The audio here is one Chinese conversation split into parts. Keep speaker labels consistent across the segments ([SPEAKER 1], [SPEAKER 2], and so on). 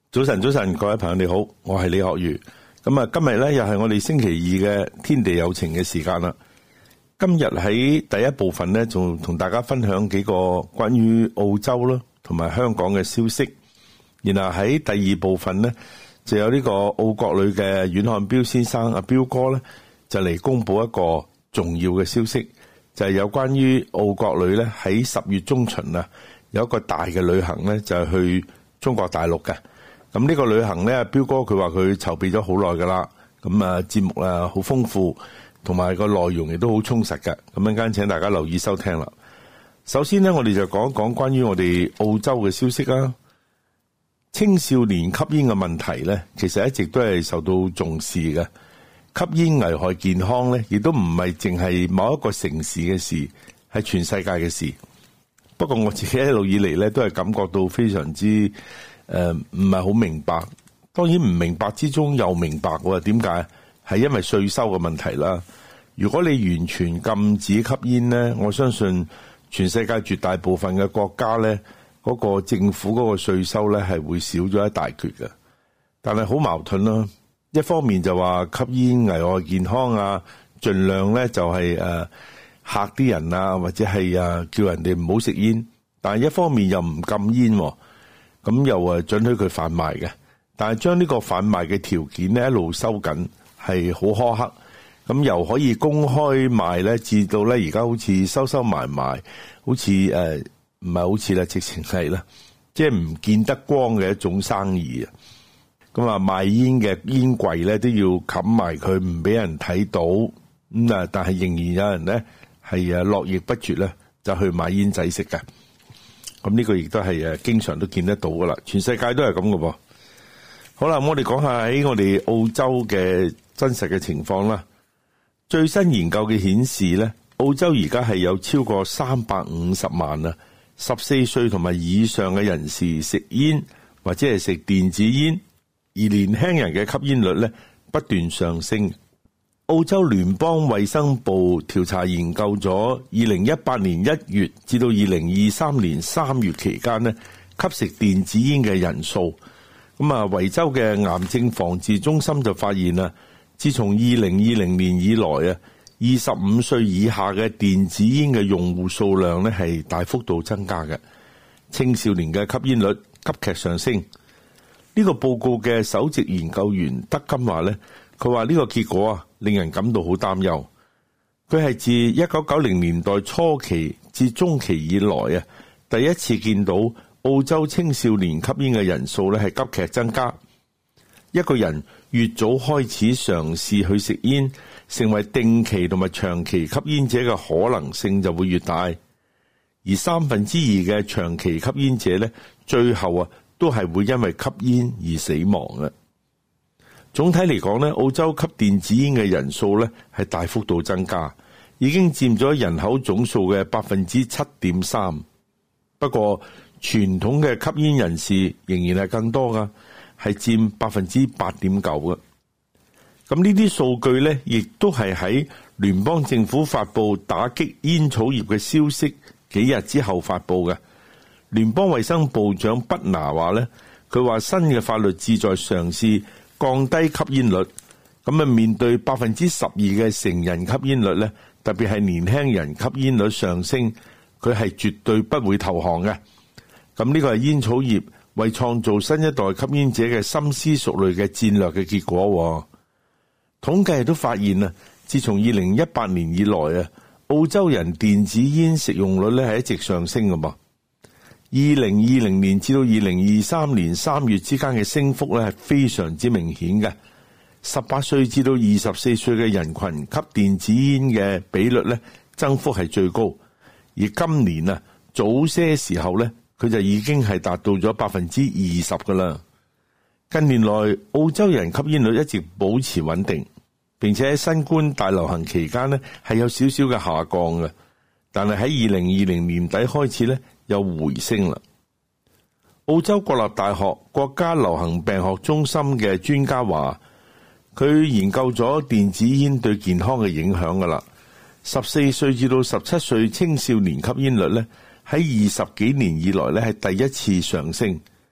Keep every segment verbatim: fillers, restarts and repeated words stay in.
[SPEAKER 1] 早晨，早晨，各位朋友你好，我係李學儒。咁啊，今日咧又係我哋星期二嘅天地有情嘅時間啦。今日喺第一部分咧，就同大家分享幾個關於澳洲啦，同埋香港嘅消息。然後喺第二部分咧，就有呢個澳國旅嘅阮漢標先生阿標哥咧，就嚟公布一個重要嘅消息，就係有關於澳國旅咧喺十月中旬啊，有一個大嘅旅行咧，就係去中國大陸嘅。咁呢個旅行咧，標哥佢話佢籌備咗好耐噶啦，咁啊節目啊好豐富，同埋個內容亦都好充實嘅。咁陣間請大家留意收聽啦。首先咧，我哋就講一講關於我哋澳洲嘅消息啦。青少年吸煙嘅問題咧，其實一直都係受到重視嘅。吸煙危害健康咧，亦都唔係淨係某一個城市嘅事，係全世界嘅事。不過我自己一路以嚟咧，都係感覺到非常之。誒，唔係好明白，當然唔明白之中又明白喎。點解？係因為稅收嘅問題啦。如果你完全禁止吸煙呢，我相信全世界絕大部分嘅國家呢，嗰個政府嗰個稅收呢係會少咗一大橛嘅。但係好矛盾啦，一方面就話吸煙危害健康啊，盡量呢就係誒嚇啲人啊，或者係誒叫人哋唔好食煙，但係一方面又唔禁煙喎。咁又誒准許佢販賣嘅，但係將呢個販賣嘅條件咧一路收緊，係好苛刻。咁由可以公開賣咧，至到咧而家好似收收埋埋，好似誒唔係好似啦，直情係啦，即係唔見得光嘅一種生意啊。咁啊賣煙嘅煙櫃咧都要冚埋佢，唔俾人睇到。咁啊，但係仍然有人咧係誒絡繹不絕咧，就去買煙仔食嘅。咁呢個亦都係誒，經常都見得到噶啦，全世界都係咁噶噃。好啦，我哋講下喺我哋澳洲嘅真實嘅情況啦。最新研究嘅顯示咧，澳洲而家係有超過三百五十萬啊，十四歲同埋以上嘅人士食煙或者係食電子煙，而年輕人嘅吸煙率咧不斷上升。澳洲聯邦衛生部調查研究咗二零一八年一月至到二零二三年三月期間呢，吸食電子煙嘅人數。咁啊，維州嘅癌症防治中心就發現啦，自從二零二零年以來啊，二十五歲以下嘅電子煙嘅用戶數量呢係大幅度增加嘅，青少年嘅吸煙率急劇上升。呢個報告嘅首席研究員德金話呢，佢話呢個結果啊，令人感到好擔憂。佢係自一九九零年代初期至中期以來啊，第一次見到澳洲青少年吸煙嘅人數咧係急劇增加。一個人越早開始嘗試去食煙，成為定期同埋長期吸煙者嘅可能性就會越大。而三分之二嘅長期吸煙者咧，最後啊都係會因為吸煙而死亡嘅。總體嚟講咧，澳洲吸電子煙嘅人數咧係大幅度增加，已經佔咗人口總數嘅百分之七點三。不過傳統嘅吸煙人士仍然係更多噶，係佔百分之八點九嘅。咁呢啲數據咧，亦都係喺聯邦政府發布打擊煙草業嘅消息幾日之後發布嘅。聯邦衛生部長畢拿話咧，佢話新嘅法律旨在嘗試降低吸煙率，咁啊面對百分之十二嘅成人吸煙率咧，特別係年輕人吸煙率上升，佢係絕對不會投降嘅。咁呢個係煙草業為創造新一代吸煙者嘅深思熟慮嘅戰略嘅結果。統計都發現啊，自從二零一八年以來啊，澳洲人電子煙食用率咧係一直上升㗎嘛。二零二零年至到二零二三年三月之間嘅升幅咧係非常之明顯嘅。十八歲至到二十四歲嘅人群吸電子煙嘅比率咧增幅係最高，而今年啊早些時候咧佢就已經係達到咗百分之二十噶啦。近年來澳洲人吸煙率一直保持穩定，並且喺新冠大流行期間咧係有少少嘅下降嘅，但係喺二零二零年底開始咧又回升啦。澳洲國立大學國家流行病學中心嘅專家話，佢研究咗電子煙對健康嘅影響噶啦。十四歲至到十七歲青少年吸煙率咧喺二十幾年以來咧係第一次上升。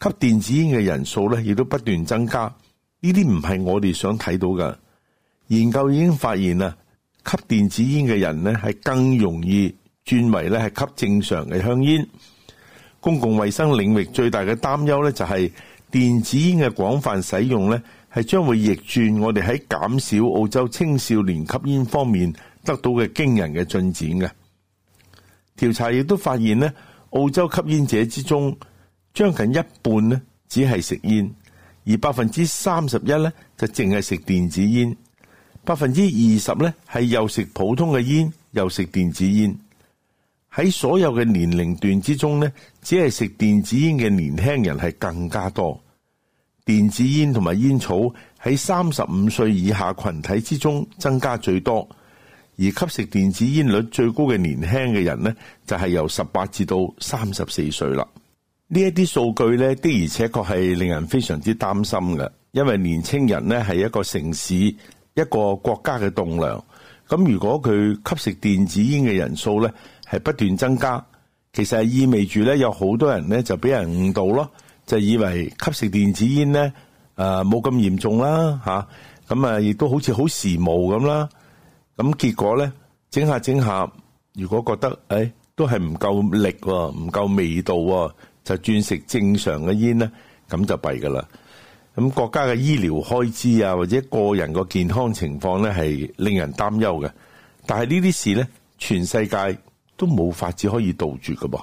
[SPEAKER 1] 吸電子煙嘅人數咧，亦都不斷增加。呢啲唔係我哋想睇到㗎。研究已經發現啦，吸電子煙嘅人咧係更容易轉為咧係吸正常嘅香煙。公共衛生領域最大嘅擔憂咧就係電子煙嘅廣泛使用咧，係將會逆轉我哋喺減少澳洲青少年吸煙方面得到嘅驚人嘅進展嘅。調查亦都發現咧，澳洲吸煙者之中，將近一半咧只係食煙，而百分之三十一咧就淨係食電子煙，百分之二十咧係又食普通嘅煙又食電子煙。喺所有嘅年齡段之中咧，只係食電子煙嘅年輕人係更加多。電子煙同埋煙草喺三十五歲以下群體之中增加最多，而吸食電子煙率最高嘅年輕嘅人呢，就係由十八至到三十四歲啦。呢一啲數據呢，的而且確係令人非常之擔心嘅，因為年青人呢係一個城市一個國家嘅棟樑。咁如果佢吸食電子煙嘅人數呢係不斷增加，其實係意味住呢有好多人呢就俾人誤導咯。就以為吸食電子煙咧，誒冇咁嚴重啦嚇，咁啊亦都好似好時髦咁啦。咁結果咧，整下整下，如果覺得誒、哎、都係唔夠力喎，唔夠味道喎，就轉食正常嘅煙咧，咁就弊噶啦。咁國家嘅醫療開支啊，或者個人個健康情況咧，係令人擔憂嘅。但係呢啲事咧，全世界都冇法子可以杜絕噶噃。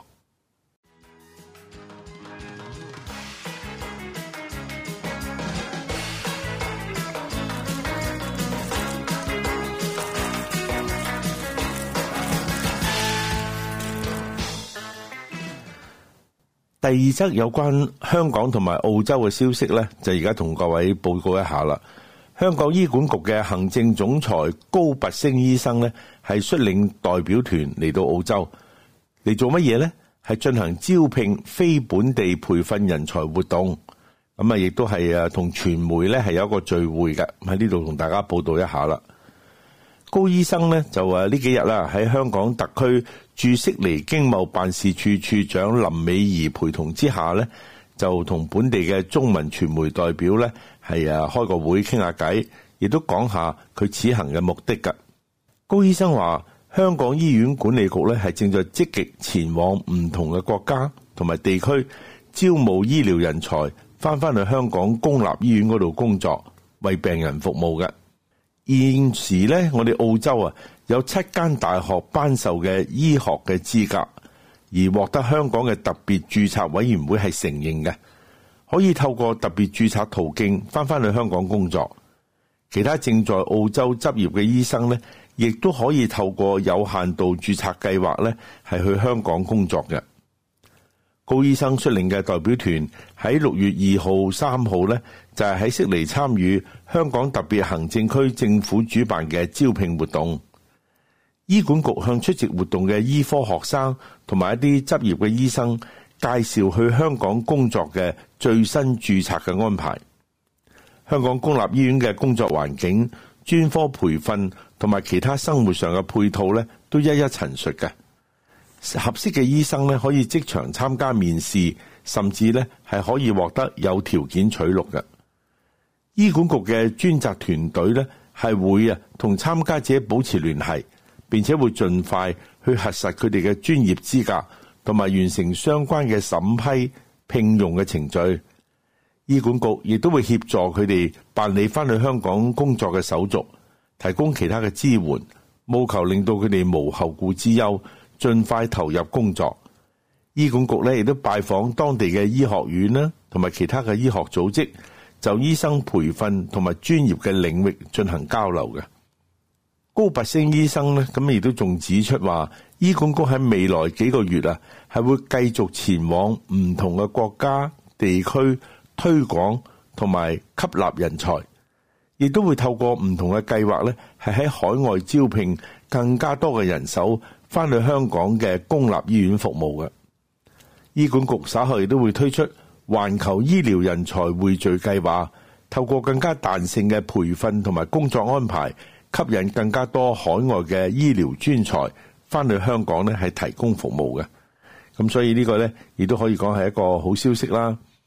[SPEAKER 1] 第二則有關香港同埋澳洲嘅消息呢，就而家同各位報告一下啦。香港醫管局嘅行政總裁高拔陞醫生呢，係率領代表團嚟到澳洲嚟做乜嘢呢？係進行招聘非本地培訓人才活動。咁啊，亦都係啊同傳媒呢係有一個聚會嘅，喺呢度同大家報道一下啦。高醫生呢，就話呢幾日啦，喺香港特區駐悉尼經貿辦事處處長林美儀陪同之下呢，就同本地嘅中文傳媒代表呢係啊開個會傾下偈，亦都講下佢此行嘅目的㗎。高醫生話，香港醫院管理局呢係正在積極前往唔同嘅國家同埋地區招募醫療人才，翻返去香港公立醫院嗰度工作，為病人服務嘅。現時咧，我哋澳洲啊有七間大學頒授嘅醫學嘅資格，而獲得香港嘅特別註冊委員會係承認嘅，可以透過特別註冊途徑翻返去香港工作。其他正在澳洲執業嘅醫生咧，亦都可以透過有限度註冊計劃咧，係去香港工作嘅。高醫生率領嘅代表團喺六月二號、三號咧，就係喺悉尼參與香港特別行政區政府主辦嘅招聘活動。醫管局向出席活動嘅醫科學生同埋一啲執業嘅醫生介紹去香港工作嘅最新註冊嘅安排。香港公立醫院嘅工作環境、專科培訓同埋其他生活上嘅配套咧，都一一陳述嘅。合適嘅醫生咧，可以即場參加面試，甚至咧係可以獲得有條件取錄嘅。醫管局嘅專責團隊咧係會啊同參加者保持聯繫，並且會盡快去核實佢哋嘅專業資格，同埋完成相關嘅審批聘用嘅程序。醫管局亦都會協助佢哋辦理翻去香港工作嘅手續，提供其他嘅支援，務求令到佢哋無後顧之憂，盡快投入工作。醫管局咧亦都拜訪當地嘅醫學院啦，同埋其他嘅醫學組織，就醫生培訓同埋專業嘅領域進行交流嘅。高拔陞醫生咧，咁亦都仲指出話，醫管局喺未來幾個月啊，係會繼續前往唔同嘅國家地區推廣同埋吸納人才，亦都會透過唔同嘅計劃咧，係喺海外招聘更加多嘅人手翻去香港嘅公立醫院服務嘅。醫管局稍後亦都會推出環球醫療人才匯聚計劃，透過更加彈性嘅培訓同埋工作安排，吸引更加多海外嘅醫療專才翻去香港咧，係提供服務嘅。咁所以呢個咧，亦都可以講係一個好消息啦。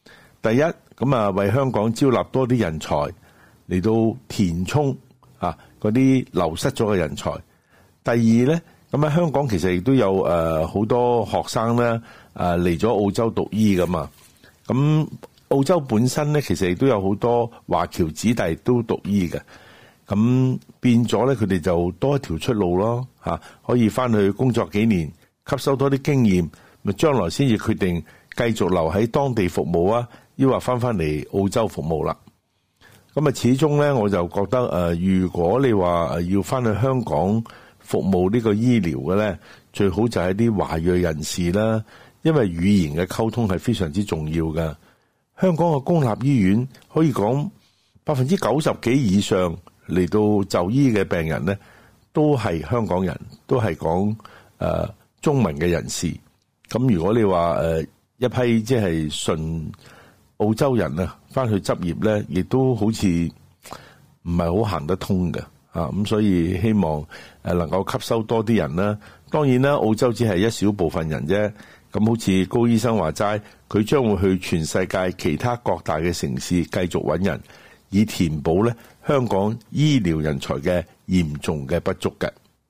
[SPEAKER 1] 第一，咁啊為香港招納多啲人才嚟到填充啊嗰啲流失咗嘅人才。第二咧，咁喺香港其實亦都有誒好多學生咧誒嚟咗澳洲讀醫噶嘛。咁澳洲本身咧其實亦都有好多華僑子弟都讀醫嘅。咁變咗咧，佢哋就多一條出路咯嚇，可以翻去工作幾年，吸收多啲經驗，咪將來先至決定繼續留喺當地服務啊，抑或翻翻嚟澳洲服務啦。咁啊，始終咧我就覺得誒、呃，如果你話要翻去香港服務呢個醫療嘅咧，最好就係啲華裔人士啦，因為語言嘅溝通係非常之重要嘅。香港嘅公立醫院可以講百分之九十幾以上嚟到就醫嘅病人咧，都係香港人，都係講誒中文嘅人士。咁如果你話誒一批即係純澳洲人啊，翻去執業咧，亦都好似唔係好行得通嘅啊。咁所以希望誒能夠吸收多啲人啦。當然啦，澳洲只係一小部分人啫。咁好似高醫生話齋，佢將會去全世界其他各大嘅城市繼續揾人，以填補咧香港醫療人才嘅嚴重嘅不足嘅。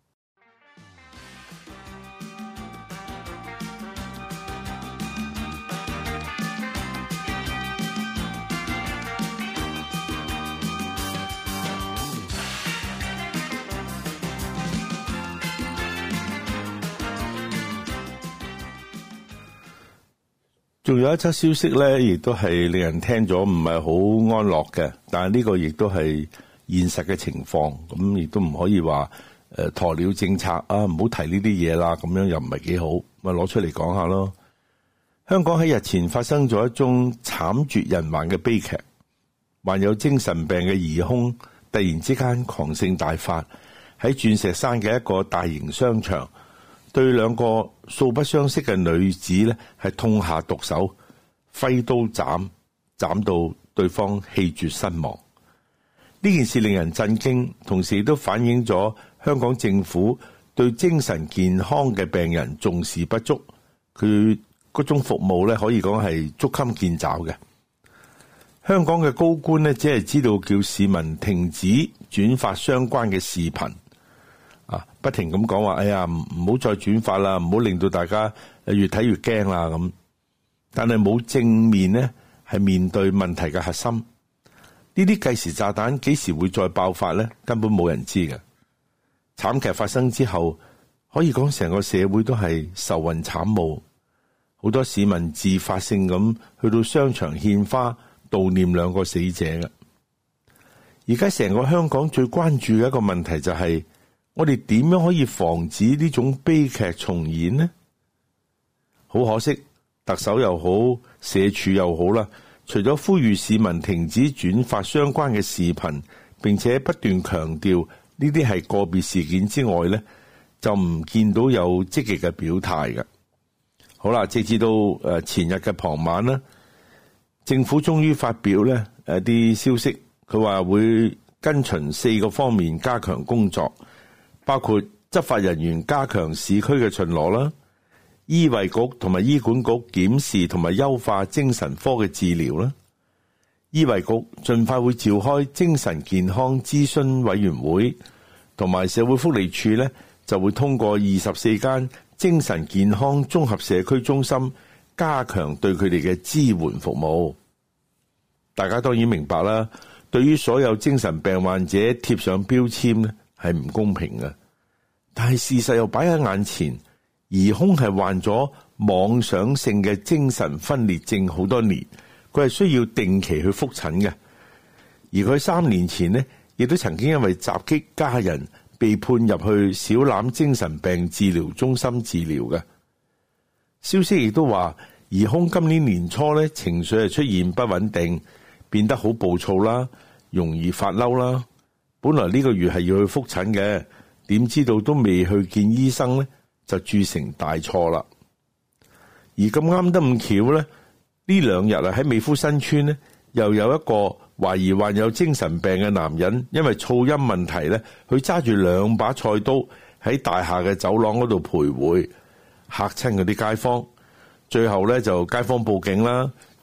[SPEAKER 1] 仲有一則消息咧，亦都係令人聽咗唔係好安樂嘅，但係呢個亦都係現實嘅情況，咁亦都唔可以話誒鴕鳥政策啊，唔好提呢啲嘢啦，咁樣又唔係幾好，咪攞出嚟講下咯。香港喺日前發生咗一宗慘絕人寰嘅悲劇，患有精神病嘅疑兇突然之間狂性大發，喺鑽石山嘅一個大型商場，對兩個素不相識嘅女子咧，係痛下毒手，揮刀斬，斬到對方氣絕身亡。呢件事令人震驚，同時亦都反映咗香港政府對精神健康嘅病人重視不足。佢嗰種服務咧，可以講係捉襟見肘嘅。香港嘅高官咧，只係知道叫市民停止轉發相關嘅視頻。啊！不停咁講話，哎呀，唔唔好再轉發啦，唔好令到大家越睇越驚啦咁。但係冇正面呢，係面對問題嘅核心。呢啲計時炸彈幾時會再爆發呢？根本冇人知嘅。慘劇發生之後，可以講成個社會都係愁雲慘霧，好多市民自發性咁去到商場獻花悼念兩個死者嘅。而家成個香港最關注嘅一個問題就係、是。我哋點樣可以防止呢種悲劇重演呢？好可惜，特首又好，社署又好啦，除咗呼籲市民停止轉發相關嘅視頻，並且不斷強調呢啲係個別事件之外呢，就唔見到有積極嘅表態嘅。好啦，直至到誒前日嘅傍晚啦，政府終於發表呢誒啲消息，佢話會跟循四個方面加強工作。包括執法人員加強市區嘅巡邏啦，醫衛局同埋醫管局檢視同埋優化精神科嘅治療啦，醫衛局盡快會召開精神健康諮詢委員會，同埋社會福利署呢就會通過二十四間精神健康綜合社區中心加強對佢哋嘅支援服務。大家當然明白啦，對於所有精神病患者貼上標籤呢係唔公平嘅，但係事實又擺喺眼前，疑兇係患咗妄想性嘅精神分裂症好多年，佢係需要定期去覆診嘅。而佢三年前呢，亦都曾經因為襲擊家人被判入去小欖精神病治療中心治療嘅。消息亦都話，疑兇今年年初呢，情緒係出現不穩定，變得好暴躁啦，容易發嬲啦。本來呢個月係要去覆診嘅，點知道都未去見醫生呢，就鑄成大錯啦。而咁啱得咁巧呢，呢兩日啊喺美孚新村呢，又有一個懷疑患有精神病嘅男人，因為噪音問題呢，佢揸住兩把菜刀喺大廈嘅走廊嗰度徘徊，嚇親嗰啲街坊。最後呢，就街坊報警啦，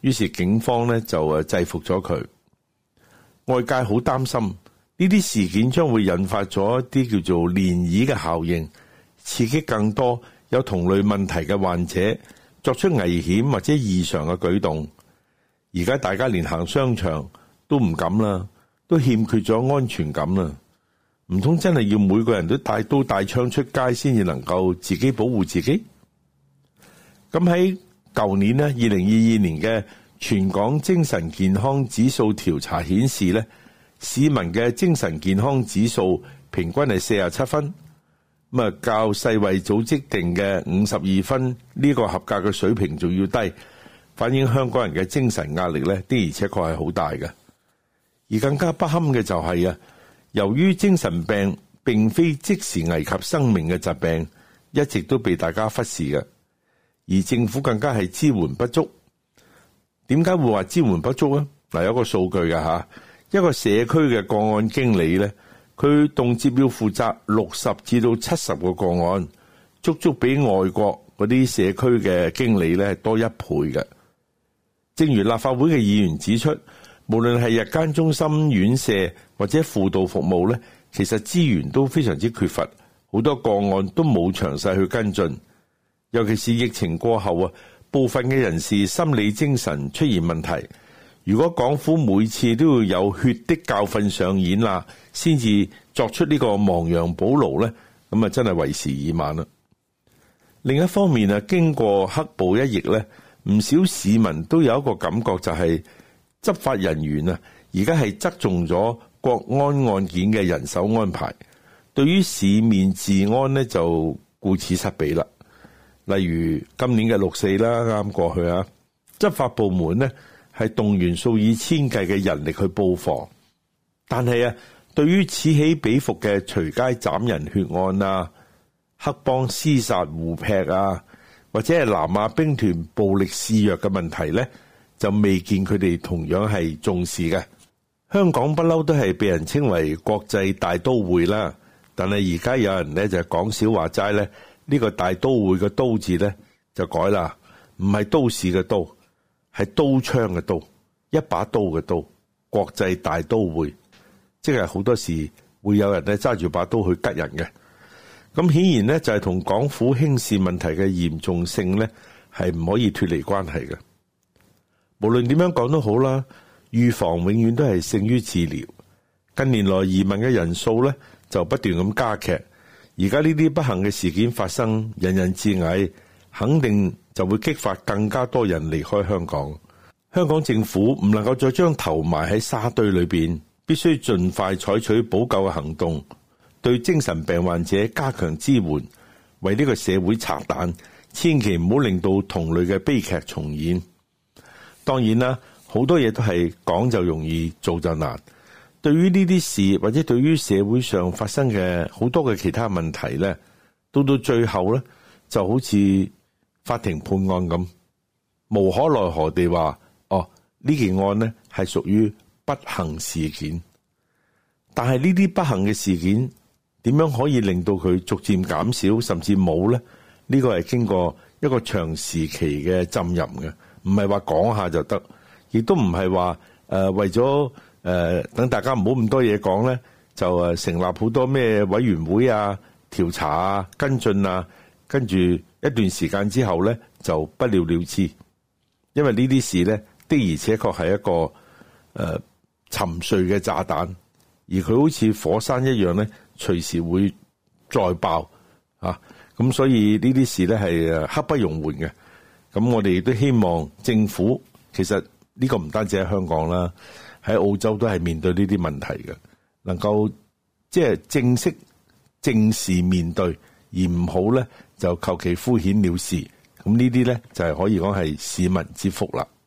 [SPEAKER 1] 於是警方咧就誒制服咗佢。外界好擔心呢啲事件將會引發咗一啲叫做漣漪嘅效應，刺激更多有同類問題嘅患者作出危險或者異常嘅舉動。而家大家連行商場都唔敢啦，都欠缺咗安全感啦。唔通真係要每個人都帶刀帶槍出街先至能夠自己保護自己？咁喺舊年呢，二零二二年嘅全港精神健康指數調查顯示呢，市民嘅精神健康指數平均係四十七分，咁啊較世衛組織定嘅五十二分呢個合格嘅水平仲要低，反映香港人嘅精神壓力呢的而且確係好大嘅。而更加不堪嘅就係啊，由於精神病並非即時危及生命嘅疾病，一直都被大家忽視嘅，而政府更加係支援不足。點解會話支援不足呢？嗱，有個數據㗎吓，一個社區嘅個案經理呢，佢動輒要負責六十至到七十個個案，足足比外國嗰啲社區嘅經理呢多一倍嘅。正如立法會嘅議員指出，無論係日間中心、院舍或者輔導服務咧，其實資源都非常之缺乏，好多個案都冇詳細去跟進。尤其是疫情過後啊，部分嘅人士心理精神出現問題。如果港府每次都要有血的教訓上演啦，先至作出呢個亡羊補牢咧，咁啊真係為時已晚啦。另一方面啊，經過黑暴一役咧，唔少市民都有一個感覺，就係執法人員啊，而家係側重咗國安案件嘅人手安排，對於市面治安呢就顧此失彼啦。例如今年嘅六四啦，啱過去啊，執法部門呢係動員數以千計嘅人力去布防，但係啊，對於此起彼伏嘅隨街斬人血案啊、黑幫廝殺互劈啊，或者係南亞兵團暴力肆虐嘅問題呢，就未見佢哋同樣係重視嘅。香港不嬲都係被人稱為國際大都會啦，但係而家有人咧就講笑話齋咧，呢個大都會嘅都字咧就改啦，唔係都市嘅都，係刀槍嘅刀，一把刀嘅刀，國際大都會，即係好多時會有人咧揸住把刀去吉人嘅。咁顯然咧就係同港府輕視問題嘅嚴重性咧係唔可以脫離關係嘅。無論點樣講都好啦，預防永遠都係勝於治療。近年來移民嘅人數咧就不斷咁加劇，而家呢啲不幸嘅事件發生，人人自危，肯定就會激發更加多人離開香港。香港政府唔能夠再將頭埋喺沙堆裏邊，必須盡快採取補救嘅行動，對精神病患者加強支援，為呢個社會拆彈，千祈唔好令到同類嘅悲劇重演。當然啦，好多嘢都係講就容易，做就難。對於呢啲事，或者對於社會上發生嘅好多嘅其他問題呢，到到最後呢，就好似法庭判案咁，無可奈何地話，哦，呢件案呢係屬於不幸事件。但係呢啲不幸嘅事件點樣可以令到佢逐漸減少，甚至冇呢？呢個係經過一個長時期嘅浸淫嘅。唔係話講下就得，亦都唔係話誒為咗誒等大家唔好咁多嘢講咧，就誒成立好多咩委員會啊、調查啊、跟進啊，跟住一段時間之後咧就不了了之。因為呢啲事咧的而且確係一個誒、呃、沉睡嘅炸彈，而佢好似火山一樣咧，隨時會再爆啊！咁所以呢啲事咧係誒刻不容緩嘅。咁我哋亦都希望政府，其實呢個唔單止喺香港啦，喺澳洲都係面對呢啲問題嘅，能夠即係正式正視面對，而唔好咧就求其敷衍了事。咁呢啲咧就係可以講係市民之福啦。